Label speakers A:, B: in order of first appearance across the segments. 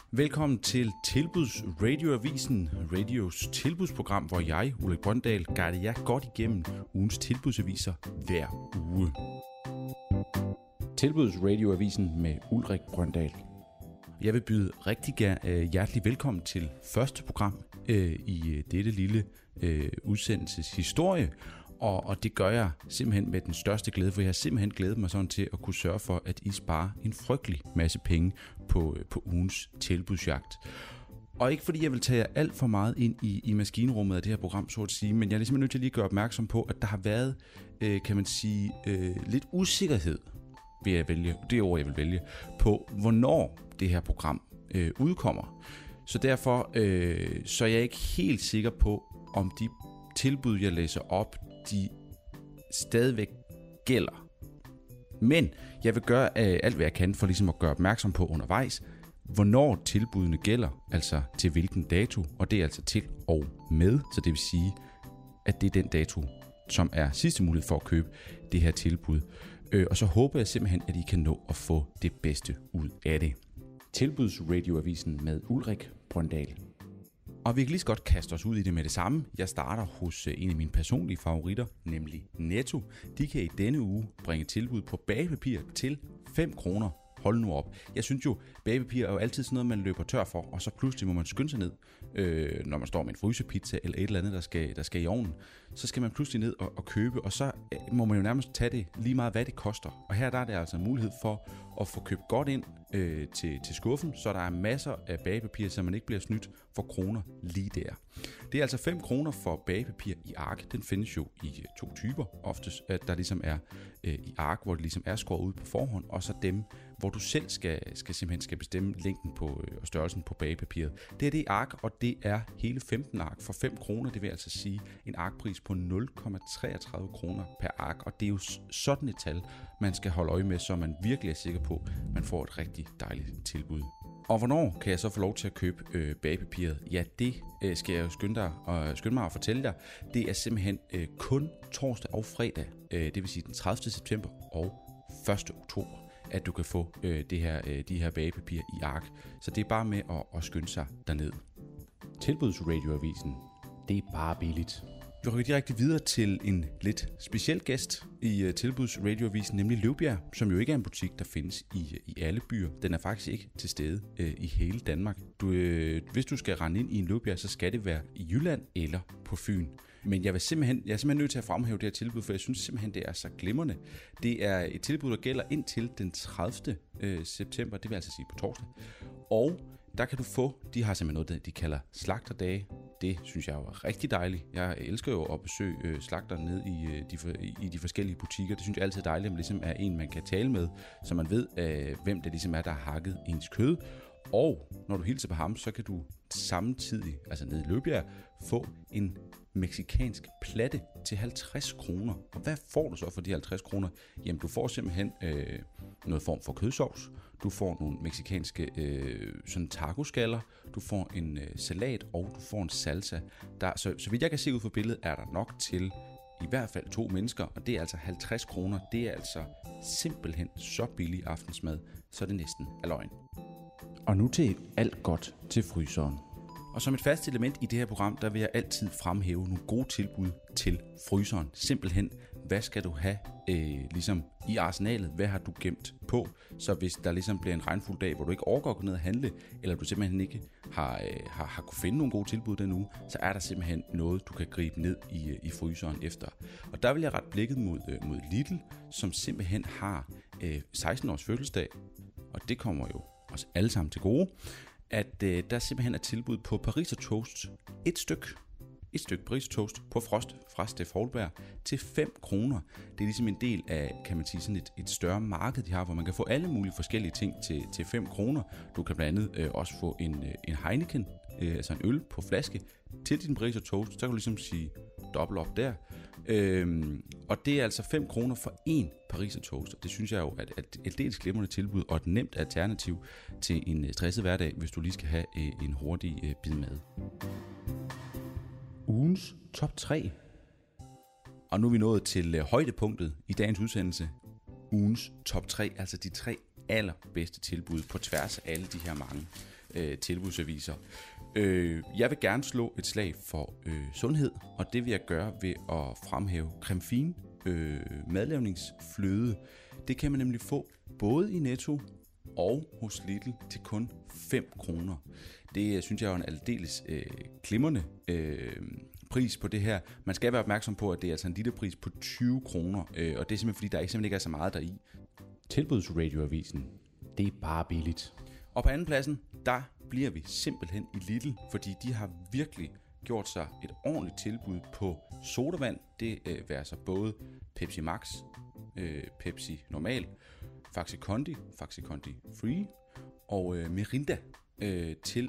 A: Velkommen til Tilbuds Radioavisen, radios tilbudsprogram, hvor jeg, Ulrik Brøndal, guider jer godt igennem ugens tilbudsaviser hver uge. Tilbuds Radioavisen med Ulrik Brøndal. Jeg vil byde rigtig hjertelig velkommen til første program i dette lille udsendelseshistorie. Og det gør jeg simpelthen med den største glæde, for jeg har simpelthen glædet mig sådan til at kunne sørge for, at I sparer en frygtelig masse penge på ugens tilbudsjagt. Og ikke fordi jeg vil tage jer alt for meget ind i maskinrummet af det her program, så at sige, men jeg er ligesom nødt til lige at gøre opmærksom på, at der har været, kan man sige, lidt usikkerhed, vil jeg vælge, det ord jeg vil vælge, på hvornår det her program udkommer. Så derfor så er jeg ikke helt sikker på, om de tilbud, jeg læser op, de stadigvæk gælder. Men jeg vil gøre alt, hvad jeg kan for ligesom at gøre opmærksom på undervejs, hvornår tilbudene gælder, altså til hvilken dato, og det er altså til og med, så det vil sige, at det er den dato, som er sidste mulighed for at købe det her tilbud. Og så håber jeg simpelthen, at I kan nå at få det bedste ud af det. Tilbudsradioavisen med Ulrik Brøndal. Og vi kan lige så godt kaste os ud i det med det samme. Jeg starter hos en af mine personlige favoritter, nemlig Netto. De kan i denne uge bringe tilbud på bagepapir til 5 kroner. Hold nu op. Jeg synes jo, bagepapir er jo altid sådan noget, man løber tør for, og så pludselig må man skynde sig ned, når man står med en frysepizza eller et eller andet, der skal i ovnen. Så skal man pludselig ned og købe, og så må man jo nærmest tage det lige meget, hvad det koster. Og her der er det altså en mulighed for at få købt godt ind til skuffen, så der er masser af bagepapir, så man ikke bliver snydt for kroner lige der. Det er altså 5 kroner for bagepapir i ark. Den findes jo i 2 typer oftest, at der ligesom er i ark, hvor det ligesom er skåret ud på forhånd, og så dem, hvor du selv skal bestemme længden på og størrelsen på bagepapiret. Det er det ark, og det er hele 15 ark for 5 kroner. Det vil altså sige en arkpris på 0,33 kroner per ark, og det er jo sådan et tal, man skal holde øje med, så man virkelig er sikker på, at man får et rigtig dejligt tilbud. Og hvornår kan jeg så få lov til at købe bagepapiret? Ja, det skal jeg jo skynde mig at fortælle dig. Det er simpelthen kun torsdag og fredag, det vil sige den 30. september og 1. oktober, at du kan få de her bagepapir i ark. Så det er bare med at skynde sig derned. Tilbudsradioavisen. Det er bare billigt. Vi rykker direkte videre til en lidt speciel gæst i Tilbudsradioavisen, nemlig Løvbjerg, som jo ikke er en butik, der findes i alle byer. Den er faktisk ikke til stede i hele Danmark. Hvis du skal rende ind i en Løvbjerg, så skal det være i Jylland eller på Fyn. Men jeg er simpelthen nødt til at fremhæve det her tilbud, for jeg synes simpelthen, det er så glimrende. Det er et tilbud, der gælder indtil den 30. september, det vil altså sige på torsdag. Og der kan du få, de har simpelthen noget, de kalder slagterdage. Det synes jeg er rigtig dejligt. Jeg elsker jo at besøge slagter ned i de forskellige butikker. Det synes jeg altid er dejligt, at man ligesom er en, man kan tale med, så man ved, hvem det ligesom er, der har hakket ens kød. Og når du hilser på ham, så kan du samtidig, altså nede i Løbjerg, få en mexicansk platte til 50 kroner. Og hvad får du så for de 50 kroner? Jamen, du får simpelthen noget form for kødsovs. Du får nogle mexicanske sådan tacoskaller. Du får en salat, og du får en salsa. Så vidt jeg kan se ud fra billedet, er der nok til i hvert fald 2 mennesker, og det er altså 50 kroner. Det er altså simpelthen så billig aftensmad, så det næsten er løgn. Og nu til alt godt til fryseren. Og som et fast element i det her program, der vil jeg altid fremhæve nogle gode tilbud til fryseren. Simpelthen, hvad skal du have ligesom i arsenalet? Hvad har du gemt på? Så hvis der ligesom bliver en regnfuld dag, hvor du ikke overgår at gå ned og handle, eller du simpelthen ikke har kunne finde nogle gode tilbud den uge, så er der simpelthen noget, du kan gribe ned i fryseren efter. Og der vil jeg rette blikket mod Lidl, som simpelthen har 16 års fødselsdag, og det kommer jo os alle sammen til gode, at der simpelthen er tilbud på Pariser Toast. Et stykke Pariser Toast på frost fra Steff Houlberg til 5 kroner. Det er ligesom en del af, kan man sige, sådan et større marked, de har, hvor man kan få alle mulige forskellige ting til 5 kroner. Du kan blandt andet også få en Heineken, altså en øl på flaske, til din Pariser Toast. Så kan du ligesom sige dobbelt op der. Og det er altså 5 kroner for én Pariser Toast. Det synes jeg jo er et aldeles glimrende tilbud og et nemt alternativ til en stresset hverdag, hvis du lige skal have en hurtig bid mad. Ugens top 3. Og nu er vi nået til højdepunktet i dagens udsendelse. Ugens top 3, altså de 3 allerbedste tilbud på tværs af alle de her mange. tilbudsaviser. Jeg vil gerne slå et slag for sundhed, og det vil jeg gøre ved at fremhæve creme fine madlavningsfløde. Det kan man nemlig få både i Netto og hos Lidl til kun 5 kroner. Det synes jeg er en aldeles glimrende pris på det her. Man skal være opmærksom på, at det er altså en literpris på 20 kroner, og det er simpelthen fordi, der simpelthen ikke er så meget deri. Tilbudsradioavisen, det er bare billigt. Og på andenpladsen, der bliver vi simpelthen i Lidl, fordi de har virkelig gjort sig et ordentligt tilbud på sodavand. Det vil altså både Pepsi Max, Pepsi Normal, Faxi Kondi Free og Mirinda til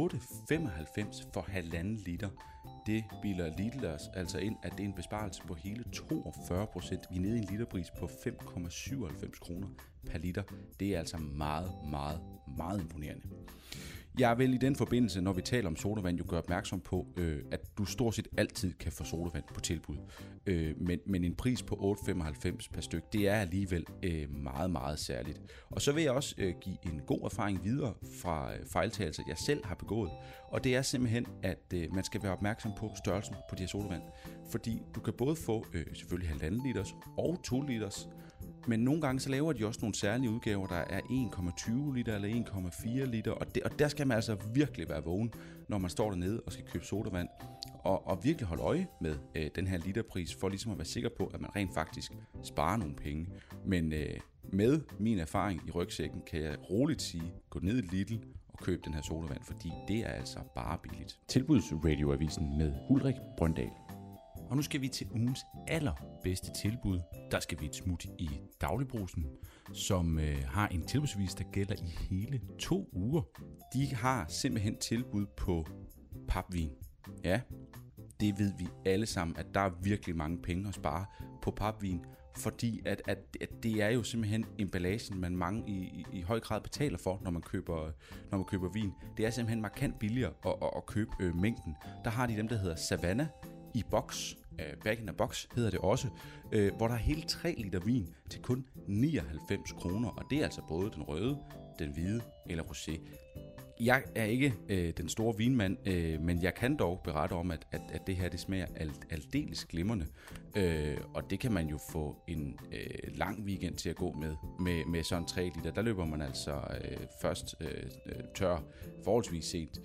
A: 8,95 for 1,5 liter. Det bilder Lidl altså ind, at det er en besparelse på hele 42%. Vi er nede i en literpris på 5,97 kroner per liter. Det er altså meget, meget, meget imponerende. Jeg vil i den forbindelse, når vi taler om sodavand, jo gøre opmærksom på, at du stort set altid kan få sodavand på tilbud. Men en pris på 8,95 per styk, det er alligevel meget, meget særligt. Og så vil jeg også give en god erfaring videre fra fejltagelser, jeg selv har begået. Og det er simpelthen, at man skal være opmærksom på størrelsen på de her sodavand. Fordi du kan både få selvfølgelig 1,5 liters og 2 liters. Men nogle gange så laver de også nogle særlige udgaver, der er 1,20 liter eller 1,4 liter. Og der skal man altså virkelig være vågen, når man står dernede og skal købe sodavand. Og virkelig holde øje med den her literpris, for ligesom at være sikker på, at man rent faktisk sparer nogle penge. Men med min erfaring i rygsækken, kan jeg roligt sige, gå ned i Lidl og køb den her sodavand, fordi det er altså bare billigt. Tilbudsradioavisen med Ulrik Brøndal. Og nu skal vi til ugens allerbedste tilbud. Der skal vi et smut i Dagligbrusen, som har en tilbudsavis, der gælder i hele 2 uger. De har simpelthen tilbud på papvin. Ja, det ved vi alle sammen, at der er virkelig mange penge at spare på papvin, fordi at det er jo simpelthen emballagen, man i høj grad betaler for, når man køber vin. Det er simpelthen markant billigere at købe mængden. Der har de dem, der hedder Savannah i boks, back in a box hedder det også, hvor der er hele 3 liter vin til kun 99 kroner, og det er altså både den røde, den hvide eller rosé. Jeg er ikke den store vinmand, men jeg kan dog berette om, at det her det smager aldeles glimrende, og det kan man jo få en lang weekend til at gå med sådan 3 liter. Der løber man altså først tør forholdsvis sent.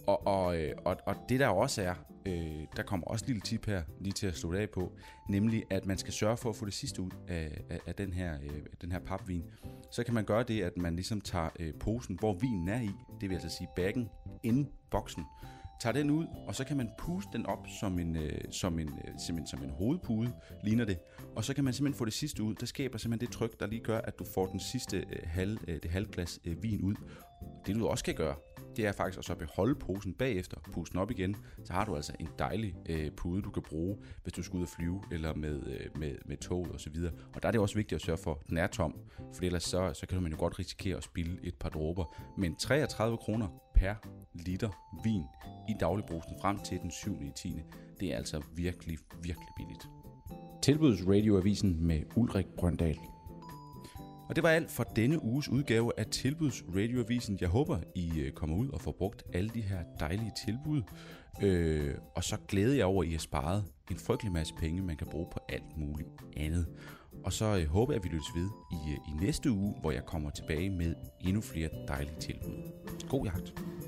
A: Og det der også er, der kommer også et lille tip her lige til at slutte af på, nemlig at man skal sørge for at få det sidste ud af den her papvin. Så kan man gøre det, at man ligesom tager posen, hvor vinen er i, det vil altså sige baggen, inden boksen, tager den ud, og så kan man puste den op som en hovedpude, ligner det. Og så kan man simpelthen få det sidste ud. Der skaber simpelthen det tryk, der lige gør, at du får den sidste halvglas vin ud. Det du også kan gøre, det er faktisk at så beholde posen bagefter, puste den op igen, så har du altså en dejlig pude, du kan bruge, hvis du skal ud at flyve, eller med toget og så videre. Og der er det også vigtigt at sørge for, at den er tom, for ellers så kan man jo godt risikere at spilde et par dråber. Men 33 kroner per liter vin i Dagligbrusen frem til den 7.10. Det er altså virkelig, virkelig billigt. Tilbudsradioavisen med Ulrik Brøndal. Og det var alt for denne uges udgave af Tilbudsradioavisen. Jeg håber, I kommer ud og får brugt alle de her dejlige tilbud. Og så glæder jeg over, at I har sparet en frygtelig masse penge, man kan bruge på alt muligt andet. Og så håber jeg, at vi lyttes ved i næste uge, hvor jeg kommer tilbage med endnu flere dejlige tilbud. God jagt!